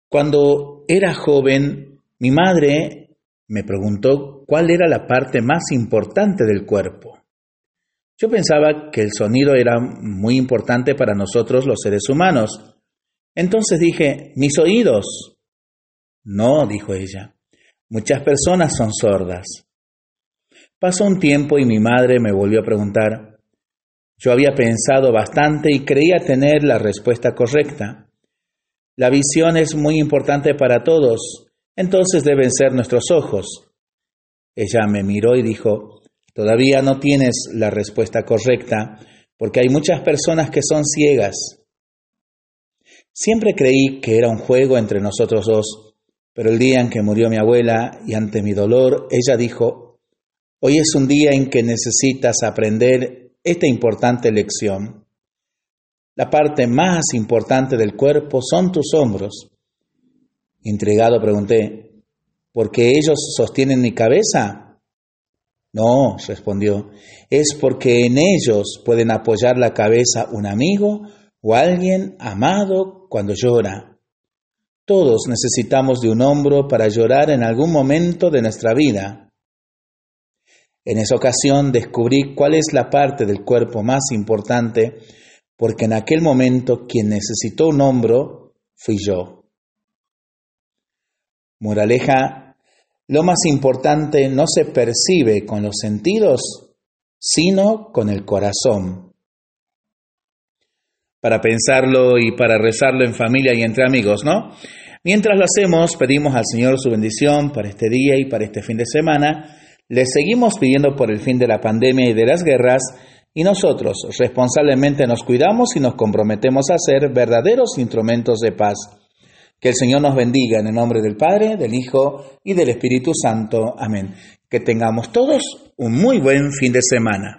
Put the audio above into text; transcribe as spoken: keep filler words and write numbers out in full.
Cuando era joven, mi madre me preguntó cuál era la parte más importante del cuerpo. Yo pensaba que el sonido era muy importante para nosotros los seres humanos. Entonces dije, mis oídos. No, dijo ella, muchas personas son sordas. Pasó un tiempo y mi madre me volvió a preguntar. Yo había pensado bastante y creía tener la respuesta correcta. La visión es muy importante para todos, entonces deben ser nuestros ojos. Ella me miró y dijo, todavía no tienes la respuesta correcta, porque hay muchas personas que son ciegas. Siempre creí que era un juego entre nosotros dos, pero el día en que murió mi abuela y ante mi dolor, ella dijo, hoy es un día en que necesitas aprender esta importante lección. La parte más importante del cuerpo son tus hombros. Intrigado pregunté, ¿por qué ellos sostienen mi cabeza? No, respondió, es porque en ellos pueden apoyar la cabeza un amigo o alguien amado cuando llora. Todos necesitamos de un hombro para llorar en algún momento de nuestra vida. En esa ocasión descubrí cuál es la parte del cuerpo más importante, porque en aquel momento quien necesitó un hombro fui yo. Moraleja, lo más importante no se percibe con los sentidos, sino con el corazón. Para pensarlo y para rezarlo en familia y entre amigos, ¿no? Mientras lo hacemos, pedimos al Señor su bendición para este día y para este fin de semana. Le seguimos pidiendo por el fin de la pandemia y de las guerras, y nosotros responsablemente nos cuidamos y nos comprometemos a ser verdaderos instrumentos de paz. Que el Señor nos bendiga en el nombre del Padre, del Hijo y del Espíritu Santo. Amén. Que tengamos todos un muy buen fin de semana.